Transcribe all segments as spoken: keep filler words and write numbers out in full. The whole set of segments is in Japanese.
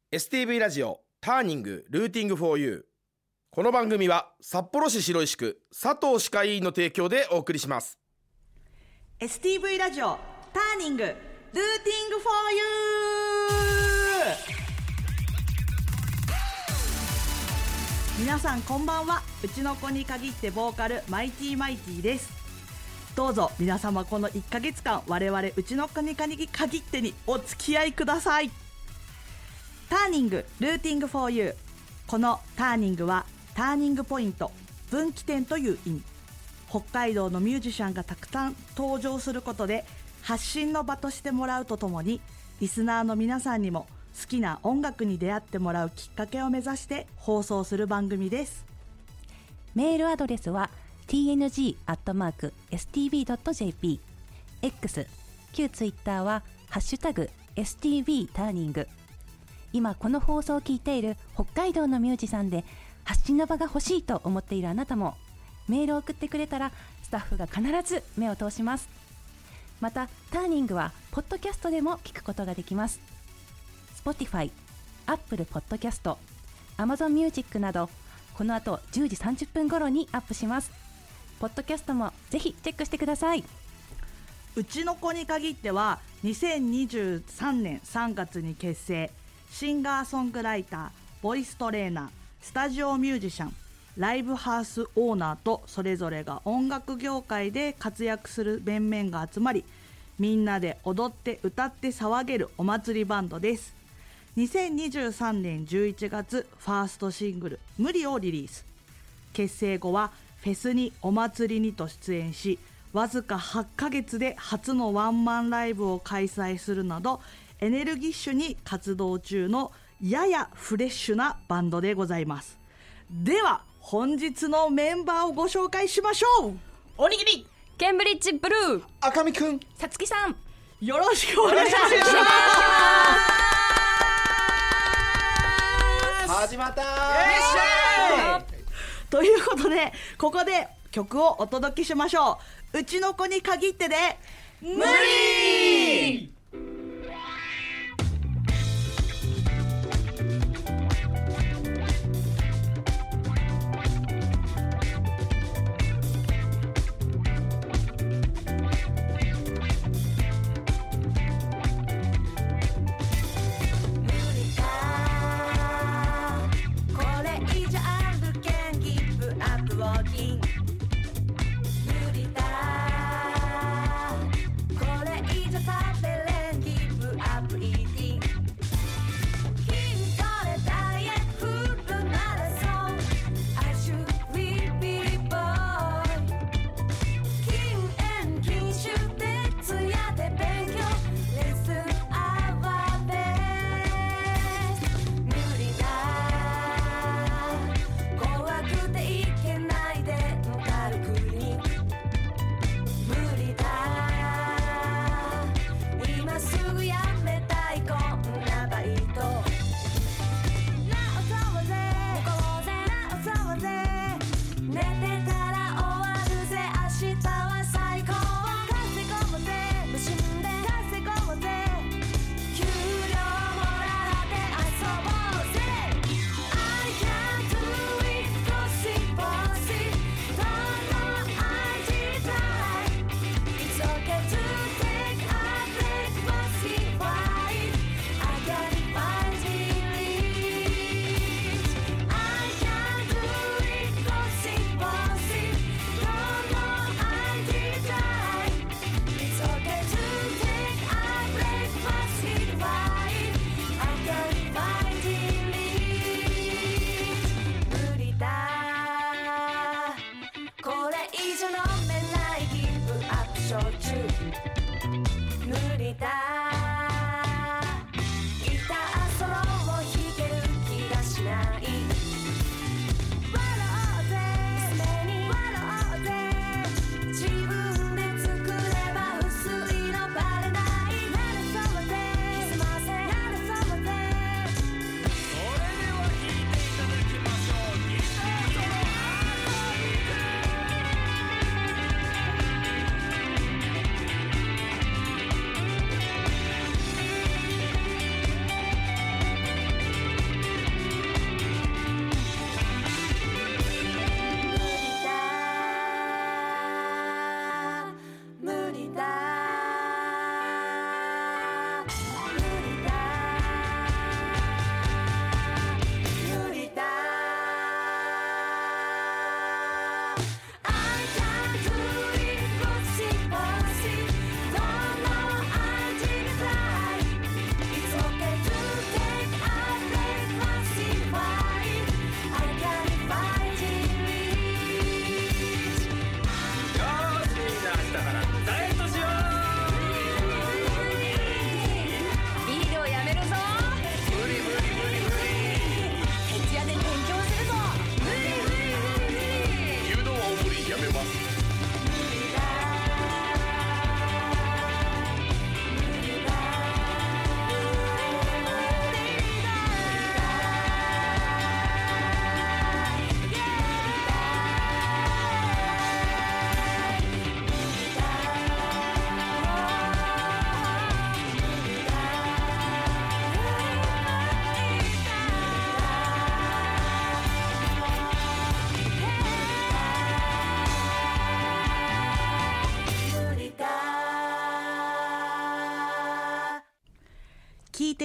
エスティーブイ ラジオターニングルーティングフォーユー。この番組は札幌市白石区佐藤歯科医院の提供でお送りします。 エスティーブイ ラジオターニングルーティングフォーユー。皆さんこんばんは。うちの子に限ってボーカルマイティマイティです。どうぞ皆様このいっかげつかん我々うちの子に限ってにお付き合いください。ターニングルーティングフォーユー。このターニングはターニングポイント、分岐点という意味。北海道のミュージシャンがたくさん登場することで発信の場としてもらうとともに、リスナーの皆さんにも好きな音楽に出会ってもらうきっかけを目指して放送する番組です。 メールアドレスは ティーエヌジー アットマーク エスティーブイ ドット ジェーピー、 X、旧ツイッターはハッシュタグ エスティーブイ ターニング。今この放送を聞いている北海道のミュージシャンで発信の場が欲しいと思っているあなたもメールを送ってくれたらスタッフが必ず目を通します。またターニングはポッドキャストでも聞くことができます。 Spotify、 Apple Podcast、Amazon Music などこの後じゅうじさんじゅっぷん頃にアップします。ポッドキャストもぜひチェックしてください。 うちの子に限ってはにせんにじゅうさんねんさんがつに結成、シンガーソングライター、ボイストレーナー、スタジオミュージシャン、ライブハウスオーナーとそれぞれが音楽業界で活躍する面々が集まり、みんなで踊って歌って騒げるお祭りバンドです。にせんにじゅうさんねんじゅういちがつファーストシングル無理をリリース。結成後はフェスにお祭りにと出演し、わずかはちかげつで初のワンマンライブを開催するなどエネルギッシュに活動中のややフレッシュなバンドでございます。では本日のメンバーをご紹介しましょう。 おにぎりケンブリッジブルー赤見くん、 さつきさん、 よろしくお願いします。 始まったー。 ということでここで曲をお届けしましょう。うちの子に限ってで無理。 無理だこれ以上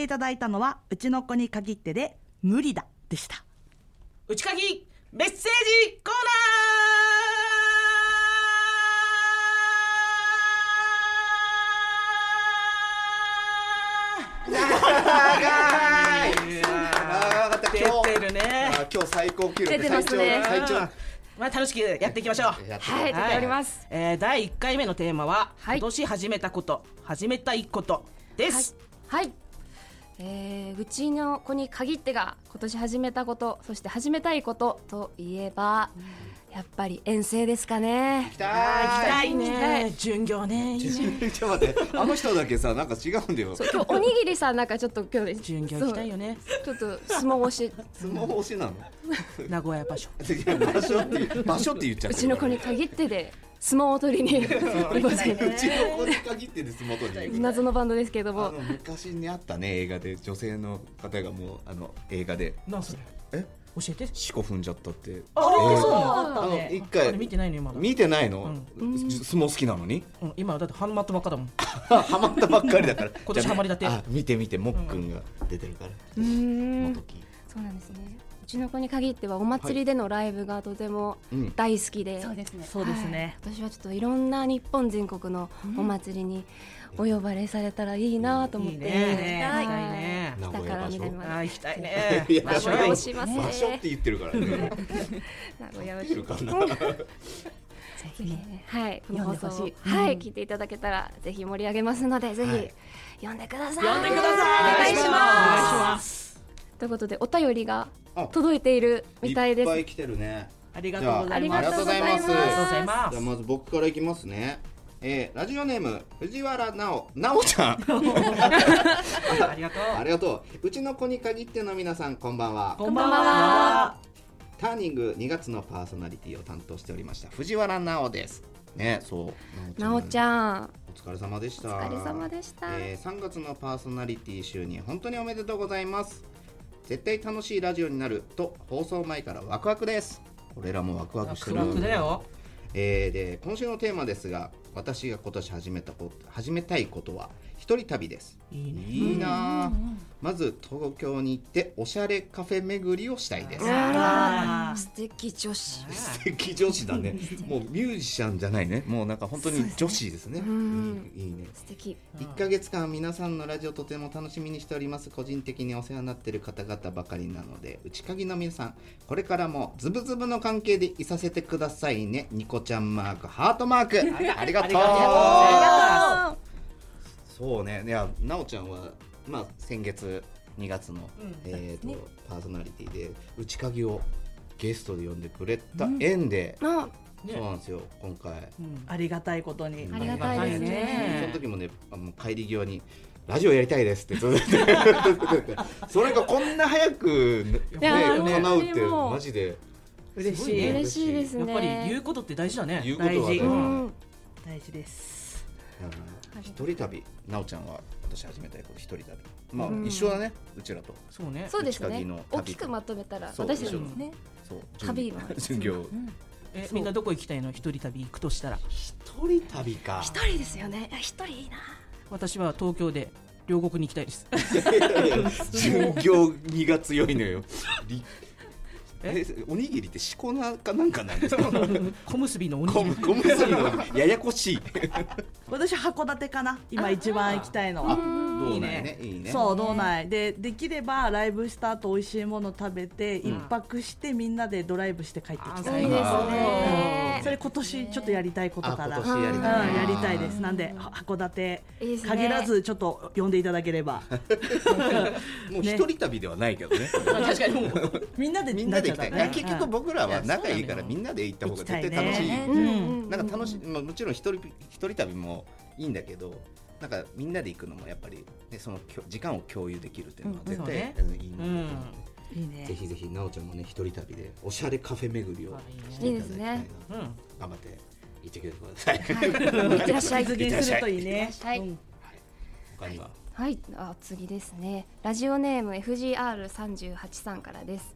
いただいたのはうちの子に限ってで無理だでした。 内鍵メッセージコーナー長い長かった今日出てるね。 あ今日最高記録出てますね最長最長まあ楽しくやっていきましょう。 やってはい、出ております。 えー、だいいっかいめのテーマは、 はい今年始めたこと始めたいことではいす。、 はいえー、うちの子に限ってが今年始めたこと、そして始めたいことといえば、やっぱり遠征ですかね。 行きたあー行きたいいね。巡業ね。いいね。 ちょっと待ってあの人だけさなんか違うんだよそう今日おにぎりさんなんかちょっと今日巡業行きたいよね。 そうちょっと相撲をし相撲推しなの名古屋場所。 いや場所って場所って言っちゃってるうちの子に限ってで相撲を取りに行きますうちの子に限ってです元に行く謎のバンドですけれども、 あの昔にあったね映画で女性の方がもうあの映画でなんそれ。 え教えて。 四股踏んじゃったってあれえーそうなの。 あったあのね。 一あれ回見てないの今。 見てないの、 うん相撲好きなのにうん今だってハマったばっかだもん。 ハマったばっかりだから今年ハマりだってじゃああ見て見てもっくんが出てるから、 うーん元木そうなんですね。うちの子に限ってはお祭りでのライブがとてもうん大好きで、 そうですね。 そうですね。 はい、私はちょっといろんな日本全国のお祭りにお呼ばれされたらいいなと思って、 いいねはい行きたいね北から南まであー行きたいね。 いや名古屋をしますね。 場所って言ってるからね名古屋をいしるかなぜひね、はい、この放送を読んでほしいはい、 うん聞いていただけたらぜひ盛り上げますので、ぜひ、 はい読んでください。 呼んでください。 お願いしお願いしま。 ますということでお便りがあ届いているみたいです。 いっぱい来てるねありがとうございじゃあます。 ありがとうございますありがとうございありがとうございますじゃあまず僕からいきますねえー、ラジオネーム藤原直直ちゃんありがとう。 ありがとううちの子に限っての皆さんこんばんはこんばんこんばんはは。 ターニングにがつのパーソナリティを担当しておりました藤原直ですねそうなおちゃん、 お疲れ様でしたお疲れ様でした。 えー、さんがつのパーソナリティ就任本当におめでとうございます絶対楽しいラジオになると放送前からワクワクです俺らもワクワクしてるワクワクだよ。 えー、で今週のテーマですが私が今年始めたこと始めたいことは一人旅ですいいね。 いいなあまず東京に行っておしゃれカフェ巡りをしたいですああーー素敵女子。 素敵女子だねもうミュージシャンじゃないねもうなんか本当に女子ですねうんいいいいね素敵。 いっかげつかん皆さんのラジオとても楽しみにしております個人的にお世話になっている方々ばかりなので内鍵の皆さんこれからもズブズブの関係でいさせてくださいねニコちゃんマークハートマークありがとうありがとうございまそうねいやなおちゃんはまあ先月にがつの、 うんえーとパーソナリティで内鍵をゲストで呼んでくれた縁で、 あ、 ねそうなんですよ今回うんありがたいことに。 ありがたいですね。 その時もねあの帰り際にラジオやりたいですってずっと言ってそれがこんな早く、ね、 いやー叶うって本当にもうマジで嬉しい。 すごいね嬉しいですね。 やっぱり言うことって大事だね。 言うことは大事ねうん大事です。 うん一人旅なおちゃんは私始めたいこと一人旅まあ、 うん一緒だねうちらとそうね。 そうですね内鍵の。旅大きくまとめたらそう私たち一緒ですね。 そう旅も巡業えみんなどこ行きたいの？一人旅行くとしたら。 一人旅か一人ですよね。いや一人いいな。 私は東京で両国に行きたいです。 巡業にが強いのよりええおにぎりってしこなかなんかなんですか小結びのおにぎり。 小小結びのややこしい私函館かな。今一番行きたいのあは。 道内ねいいねそう道内でできればライブした後美味しいもの食べて一泊してみんなでドライブして帰ってきたい。 あーいいですあね。 それ今年ちょっとやりたいことかあら。 今年やりうんたいやりたいです。なんでは函館いいですね限らずちょっと呼んでいただければもう一人旅ではないけどね確かにもう。 みんなでみんなで行きたい、 なっちゃったね結局僕らは仲いいからいやそうなのよみんなで行った方が絶対行きたいね楽しいねうんなんか楽しい、まあ、もちろん一人一人旅もいいんだけどなんかみんなで行くのもやっぱり、ね、そのきょ時間を共有できるっていうのは絶対、 うんうんいいなと思うので、 いいねぜひぜひなおちゃんもね一人旅でおしゃれカフェ巡りをあいいねしていただきたいな、 うん。 頑張って行ってきてください、 はい。いってらっしゃい。 実現するといいね。 はいうん他にははい、あ次ですね。ラジオネーム エフジーアールさんじゅうはち さんからです。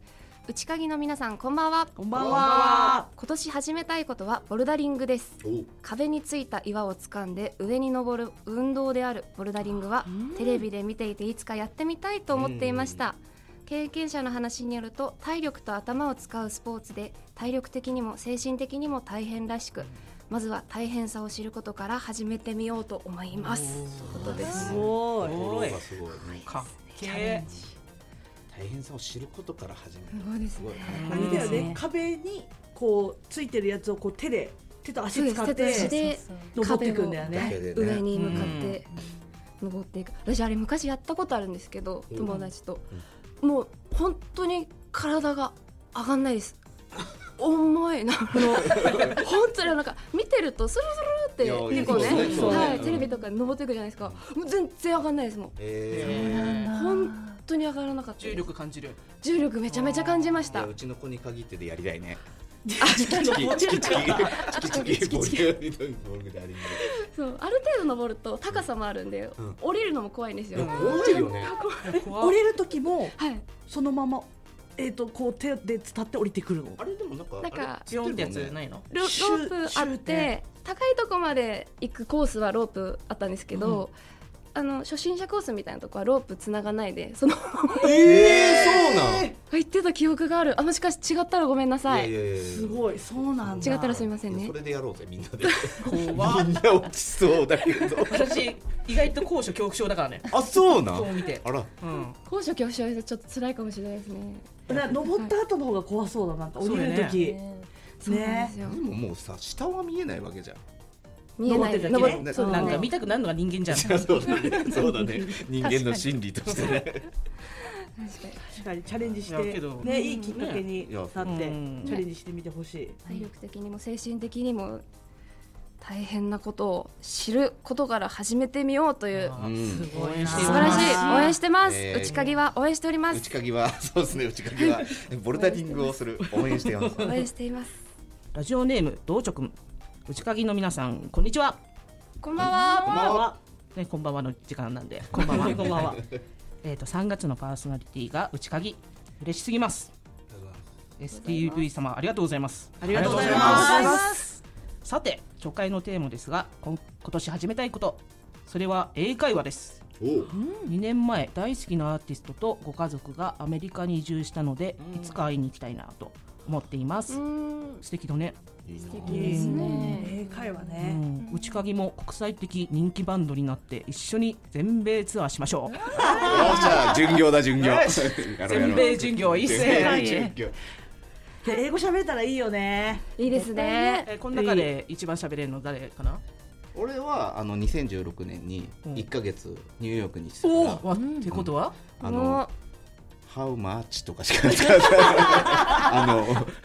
内鍵の皆さんこんばんは。 こんばんは。 今年始めたいことはボルダリングです。壁についた岩を掴んで上に登る運動であるボルダリングはテレビで見ていていつかやってみたいと思っていました。経験者の話によると体力と頭を使うスポーツで体力的にも精神的にも大変らしく、まずは大変さを知ることから始めてみようと思いますということです。 すごい。 心がすごいね。 かっけチャレえンジ。 大変さを知ることから始める。 すごいですね。 あれだよね、壁にこうついてるやつをこう手で手と足使っ手と足てで登っていくんだよね。 だけでね上に向かって登っていく。私あれ昔やったことあるんですけど、 うん友達と、もう本当に体が上がんないです。重いな、あの本当になんか見てるとスルスルって結構ね、 いやいやそうねはい、テレビとかで登っていくじゃないですか。もう全然上がんないですもん。 えー本当に上がらなかったです。 重力感じる。 重力めちゃめちゃ感じました。 いやうちの子に限ってでやりたいね。 あ、 チキチキチキチキチキチキボルダリングそうある程度登ると高さもあるんで、 うん降りるのも怖いんですよ。 怖いよね。 降りる時もはい。 そのままえっとこう手で伝って降りてくるの。 あれでもなんかなんかあれビヨンってやつないの？ ロロシュープあっシューて高いとこまで行くコースはロープあったんですけど、あの初心者コースみたいなとこはロープつながないでそのえー、そうなん。 言ってた記憶がある。あ、もしかして違ったらごめんなさい。 いやいやいやすごい、そうなんだ。 違ったらすみませんねいやそ。れでやろうぜみんなで。 怖っみんな落ちそうだけど。 私意外と高所恐怖症だからね。 あ、そうなん。 そう見て。 あら。 うん。 高所恐怖症はちょっと辛いかもしれないですね。 な登った後の方が怖そうだ、なんか降りる時。 そうなんですよ。 でももうさ下は見えないわけじゃん。 見えない。 登ってるだけねねうんそうだね。 なんか見たくなるのが人間じゃん。 そうだね。そうだね。人間の心理としてね。 確かに。 確かにチャレンジしいやけてどね、いいきっかけになってチうんャレンジしてみてほしい。 体力的にも精神的にも大変なことを知ることから始めてみようというあうんすごい。 素晴らしい。応援してます。 えー内鍵は応援しております内。鍵はそうですね。内鍵はボルダリングをする応援しています。 応援しています。 ラジオネーム道直くん。内鍵の皆さんこんにちは。 こんばんは。 こんばんは。 ね、こんばんはの時間なんで、こんばんは。 こんばんは。 えっとさんがつのパーソナリティが内鍵、嬉しすぎます。エスティーユーブイ 様ありがとうございます。 ありがとうございありがとうございま。 ますさて初回のテーマですが、今今年始めたいこと、それは英会話です。 おうにねんまえ大好きなアーティストとご家族がアメリカに移住したので、いつか会いに行きたいなと思っています。素敵だね。 素敵ですね。 英会話うね。 ん、内鍵も国際的人気バンドになって一緒に全米ツアーしましょう。 よっしゃ巡業だ巡業。やろうやろう全米巡業いいっすね。 全米巡業。 で英語喋れたらいいよね。 いいですね。 えこの中で一番喋れるの誰かな？ 俺はあのにせんじゅうろくねんにいっかげつニューヨークにしてたおから、 お、ってことは？ あもの How much とかしか使わない。あの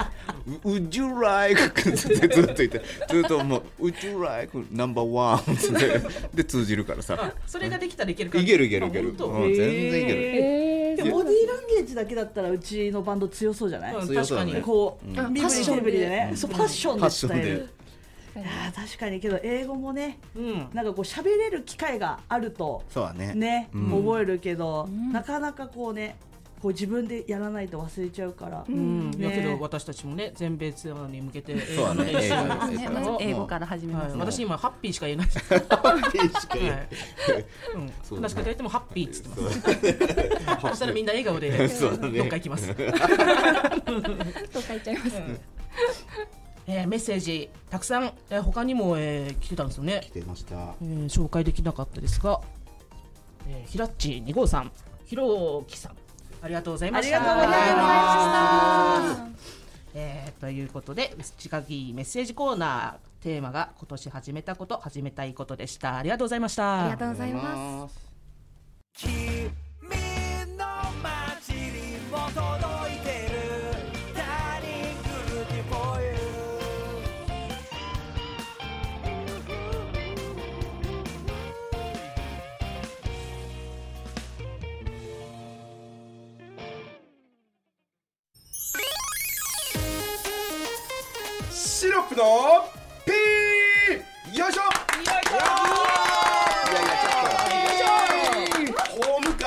Would you like ってずっと言ってずっともう Would you like number one ってで通じるからさ、 それができたらいけるか。 いけるいけるいける、 あ本当うん全然いける。 えー、 でボディーランゲージだけだったらうちのバンド強そうじゃない？ うん強そうだね確かに。 こう、 うん身振り手振りでね、そうパッションでパッションで伝える。いやー確かにけど英語もね、 うん。 なんかこう喋れる機会があるとそうだね。 ね、 うん覚えるけど、なかなかこうね、こう自分でやらないと忘れちゃうから。 うん、 ねだけど私たちもね全米ツアーに向けて英そうだね語の練習英語をねまず英語から始めます、 はい、私今ハッピーしか言えないです。 ハッピーしか言えないはいうん、 そうだね話し方やってもハッピーっつってます。そしたらみんな笑顔でそうだねどっか行きます。 と書いちゃいます。 えーメッセージたくさん、えー他にも、えー来てたんですよね来。てました。 えー紹介できなかったですが、えー、ひらっちに号さん、ひろきさん、ありがとうございました。 ありがとうございまえーということで、内鍵メッセージコーナー、テーマが今年始めたこと、始めたいことでした。ありがとうございました。 ありがとうございます。 す。 君の街にも届いてる Turning Good for You。 シロップのピーよいしょ。いやいやちょっとホーム感を作って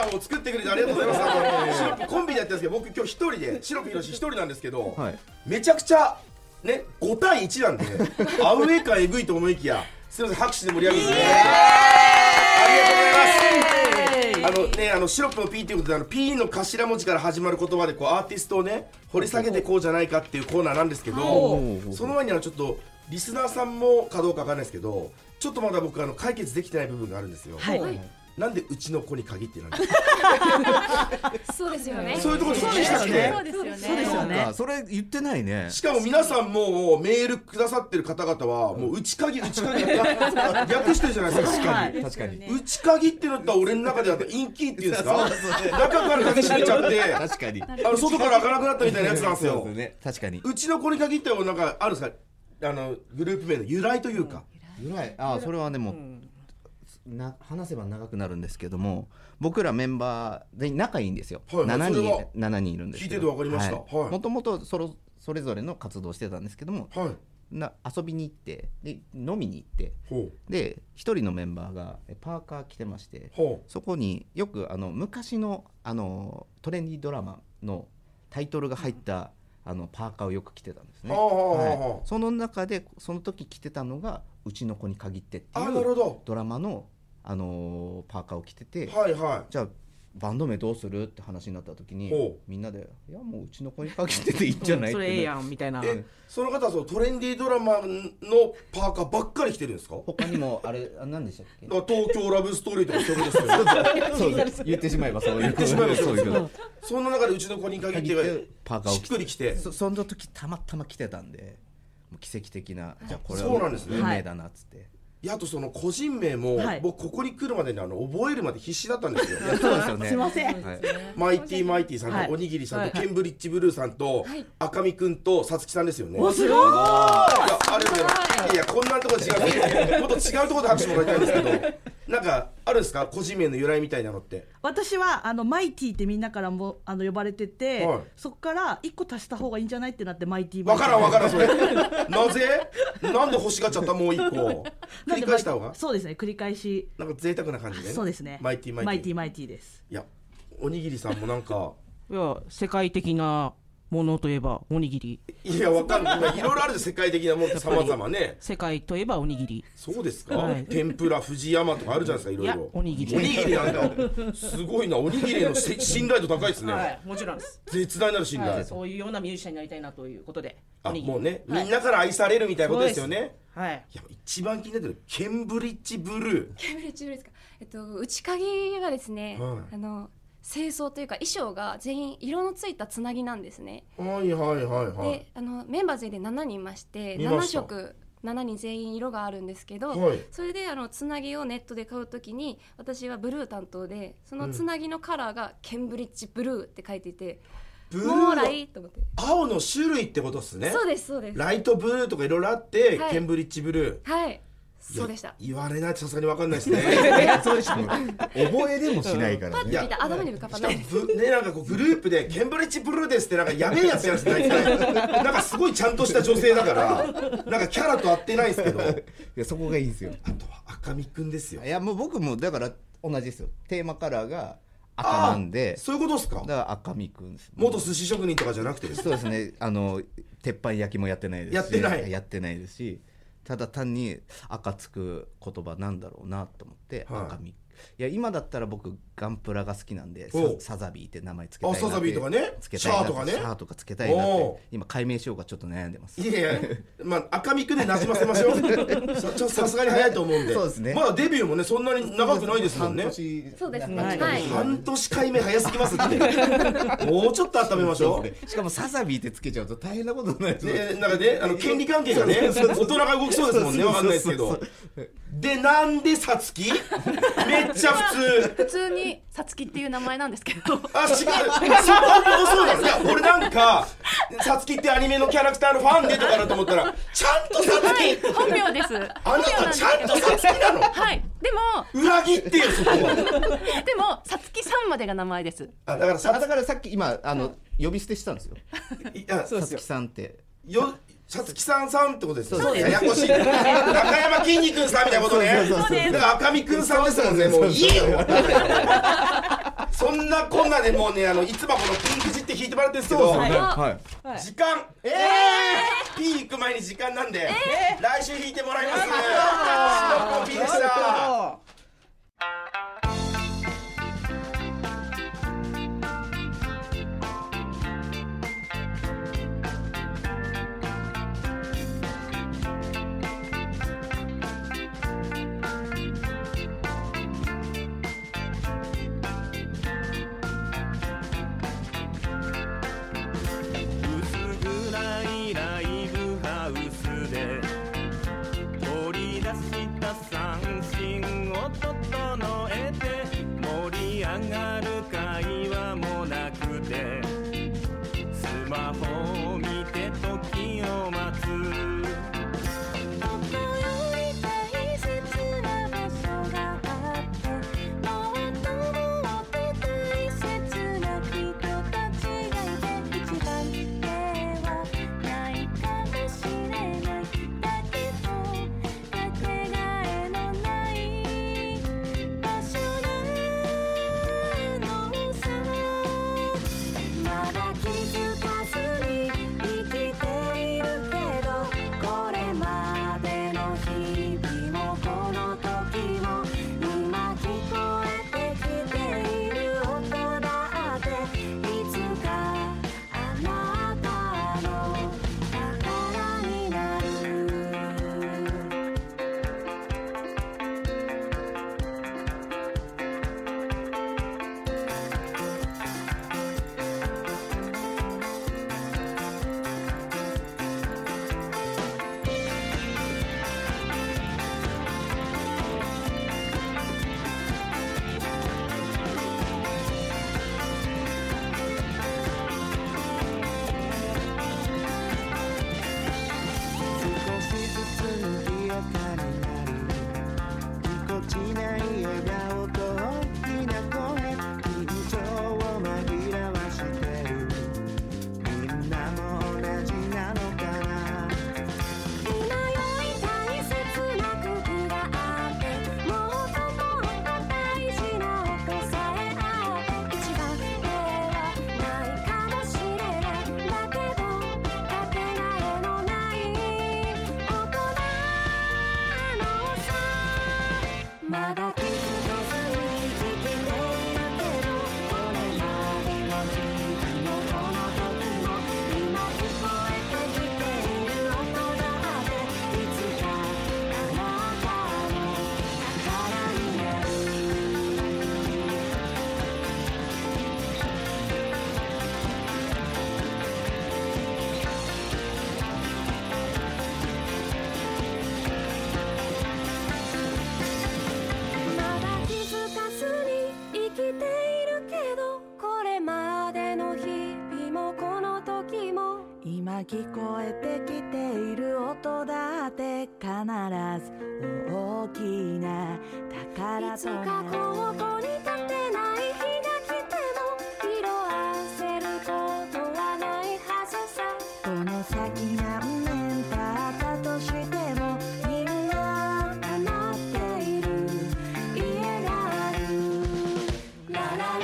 ってくれてありがとうございます。あのシロップコンビでやってるんですけど、僕今日一人でシロップひろし一人なんですけど、 はい、めちゃくちゃねごたいいちなんでアウェー感えぐいと思いきや、すみません拍手で盛り上げていただきました。ありがとうございます。あのね、あのシロップの P ということで、あの P の頭文字から始まる言葉でこうアーティストをね掘り下げてこうじゃないかっていうコーナーなんですけど、その前にあのちょっとリスナーさんもかどうかわかんないですけど、ちょっとまだ僕あの解決できてない部分があるんですよ。はい、なんでうちの子に限ってなんですか。 そうですよね。 そういうところに聞きたくて。 そうですよね。 そうですよね。 それ言ってないね。 しかも皆さんもメールくださってる方々はもう内鍵内鍵略してるじゃないですか。 確かに確かに。 内鍵ってのったら俺の中ではインキーっていうんですか。中から鍵閉めちゃって。 確かに。 あの外から開かなくなったみたいなやつなんですよ。 確かに。 うちの子に限ってはなんかあるんですか。あのグループ名の由来というか。 由来。あ、それはでも。な話せば長くなるんですけども、僕らメンバーで仲いいんですよ。はい、ななにんしちにんいるんですけど、 聞いてて分かりました。はい、 もともとそれそれぞれの活動してたんですけども、はい、な遊びに行ってで飲みに行ってで一人のメンバーがパーカー着てまして、そこによくあの昔のあのトレンディードラマのタイトルが入った、うん、あのパーカーをよく着てたんですね。はい、その中でその時着てたのがうちの子に限ってっていうドラマのあのー、パーカーを着てて、はいはい、じゃあバンド名どうするって話になった時にみんなでいやもううちの子に限ってていいんじゃないって、 それええやんみたいな。 えその方はそのトレンディードラマのパーカーばっかり着てるんですか。 他にもあれ何でしたっけ。 東京ラブストーリーとかそういうことですよ。 そうです言ってしまえばそういうことそんな中でうちの子に限ってパーカーをしっくり着てそ, その時たまたま着てたんでもう奇跡的な、じゃあこれは有名だなっつって、 いやあとその個人名も、はい、僕ここに来るまでにあの覚えるまで必死だったんですよ。 そうですよね。 すいません。 はい、マイティマイティさんと、はい、おにぎりさんと、はい、ケンブリッジブルーさんと、はい、赤見くんとさつきさんですよね。 おすごい。いやあるよ。いやこんなとこ違う。もっと違うところで拍手もらいたいんですけど、なんかあるんですか個人名の由来みたいなのって。 私はあのマイティってみんなからもあの呼ばれてて、はい、そこからいっこ足した方がいいんじゃないってなってマイティマイティ。 わからんわからんそれ。なぜ？なんで欲しがっちゃったもういっこ。繰り返した方が。 そうですね繰り返し。 なんか贅沢な感じでね。 そうですね。 マイティマイティ。 マイティマイティです。 いやおにぎりさんもなんかいや世界的なものといえばおにぎり。 いやわかんないいろいろある世界的なものって様々ね。 世界といえばおにぎり。 そうですか、はい、天ぷら藤山とかあるじゃないですかいろいろ。いやおにぎりおにぎりなんだ。すごいなおにぎりの信頼度高いですね。 はい、もちろんです。 絶大なる信頼、 はい、そういうようなミュージシャンになりたいなということで。 あもうね、はい、みんなから愛されるみたいなことですよね。 はい、 いや一番気になってるケンブリッジブルー。 ケンブリッジブルーですか。えっと内鍵がですね、はい、あの清掃というか衣装が全員色のついたつなぎなんですね。 はいはいはいはい。 であのメンバー全員でななにんいましてななしょくななにん全員色があるんですけど、はい、それであのつなぎをネットで買うときに私はブルー担当でそのつなぎのカラーがケンブリッジブルーって書いていて、 ブルーもうライと思って青の種類ってことですね。 そうですそうです。 ライトブルーとかいろいろあって、はい、ケンブリッジブルー。 はいそうでした。 言われないとさすがに分かんないですね。 そうでした覚えでもしないからね。 パッと見た頭に浮かばない。 ねなんかこうグループでケンブリッジブルーですってなんかやべえやつやつないなんかすごいちゃんとした女性だからなんかキャラと合ってないですけど。いやそこがいいんですよ。 あとは赤見くんですよ。 いやもう僕もだから同じですよ。テーマカラーが赤なんで。 そういうことですか。 だから赤見くんです、ね。 元寿司職人とかじゃなくてですか。 そうですね。あの鉄板焼きもやってないですし。 やってないやってないですし。ただ単に赤つく言葉なんだろうなと思って、はい、赤みいや今だったら僕ガンプラが好きなんでサザビーって名前つけたいなって。 あサザビーとかねつけたいなってシャーとかねシャーとかつけたいなって今解明しようかちょっと悩んでます。 いやいやまあ赤みくんでなじませましょう。さすがに早いと思うんで。そうですね。まだデビューもねそんなに長くないですもんね。 そうですね、はい、 半年解明早すぎますってもうちょっと温めましょう。 ね、しかもサザビーってつけちゃうと大変なことになる。 ねなんかねあの権利関係がね大人が動きそうですもんね。わかんないですけど。でなんでさつきめっちゃ普通普通にさつきっていう名前なんですけどあ違うそうなの。いや俺なんかさつきってアニメのキャラクターのファンでとかだと思ったらちゃんとさつき、 はい、本名です。 あなたちゃんとさつきなの。 はいでも裏切ってよそこは。 でもさつきさんまでが名前です。 あだからさだからさっき今あの呼び捨てしたんですよ。 いやさつきさんってよさつきさんさんってことですよ。そうです。ややこしい。中山きんに君さんみたいなことね。だから赤見くんさんですもんね。もういいよ。 そんなこんなでもうね、あのいつもこのピンク字って引いてもらってるんですけど、 はいはい、 時間、えー、P 行く前に時間なんで、えー、来週引いてもらいます。シロップ P でした。 聞こえてきている音だって必ず大きな宝となる。いつかここに立てない日が来ても色あせることはないはずさ。この先何年経ったとしてもみんな黙っている家がある。ララララ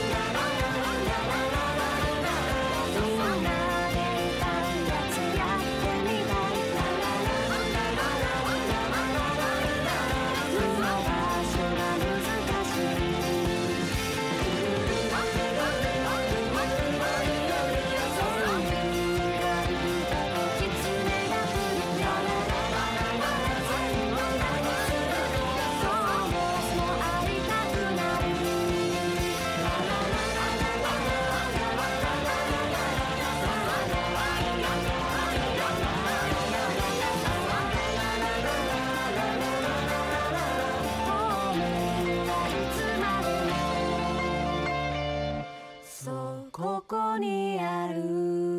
ここにある。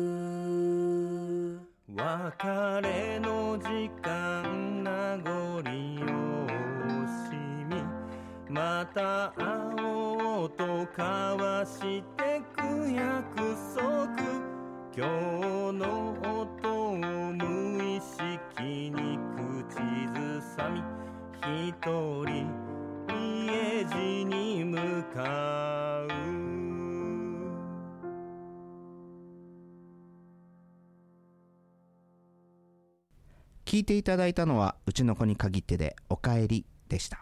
別れの時間名残惜しみまた会おうと交わしてく約束。今日の音を無意識に口ずさみ一人家路に向かう。 聞いていただいたのはうちの子に限ってでおかえりでした。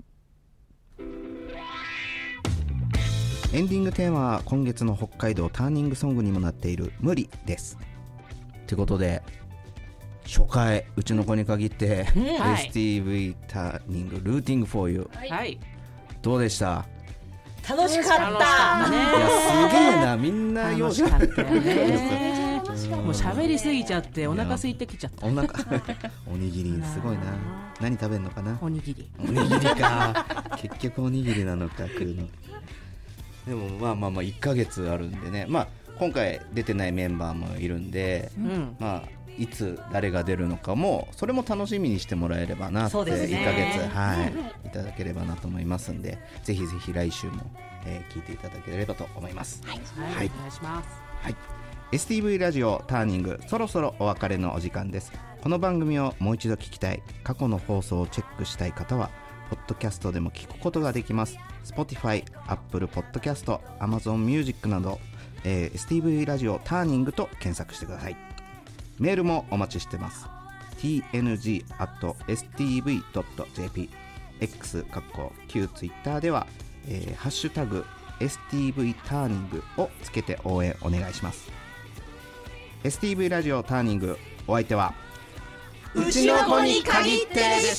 エンディングテーマは今月の北海道ターニングソングにもなっている無理です。ということで初回うちの子に限って、うん、はい、エスティーブイ ターニングルーティング for you、はい、どうでした？ 楽しかった、ね、いやすげえな、みんな楽しかったよねもう喋りすぎちゃってお腹空いてきちゃった。 お腹おにぎりすごいな。何食べるのかな。 おにぎりおにぎりか結局おにぎりなのか食うの。でもまあまあまあいっかげつあるんでね、まあ今回出てないメンバーもいるんで、うん、まあいつ誰が出るのかもそれも楽しみにしてもらえればなって、ね、いっかげつ、はい、いただければなと思いますんで、ぜひぜひ来週も、えー、聞いていただければと思います。 はい、はい、お願いします。 はい、エスティーブイ ラジオターニング、そろそろお別れのお時間です。この番組をもう一度聞きたい、過去の放送をチェックしたい方はポッドキャストでも聞くことができます。 Spotify、Apple Podcast、Amazon Music など、えー、エスティーブイ ラジオターニングと検索してください。メールもお待ちしてます。 ティーエヌジー アット エスティーブイ ドット ジェーピー、 X かっこ旧 Twitter では、えー、ハッシュタグ エスティーブイ ターニングをつけて応援お願いします。 エスティーブイ ラジオターニング、お相手はうちの子に限ってでした。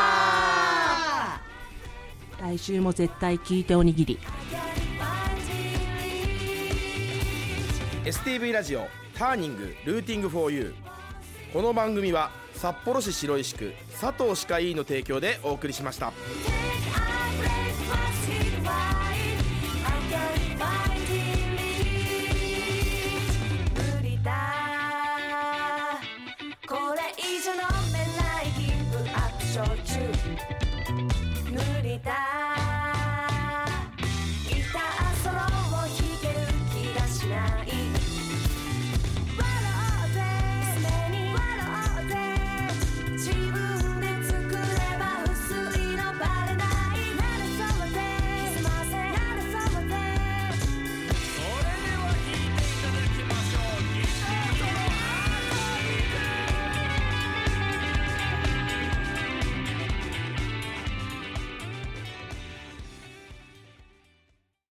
来週も絶対聞いておにぎり。 エスティーブイ ラジオターニングルーティング for you。 この番組は札幌市白石区佐藤歯科医院の提供でお送りしました。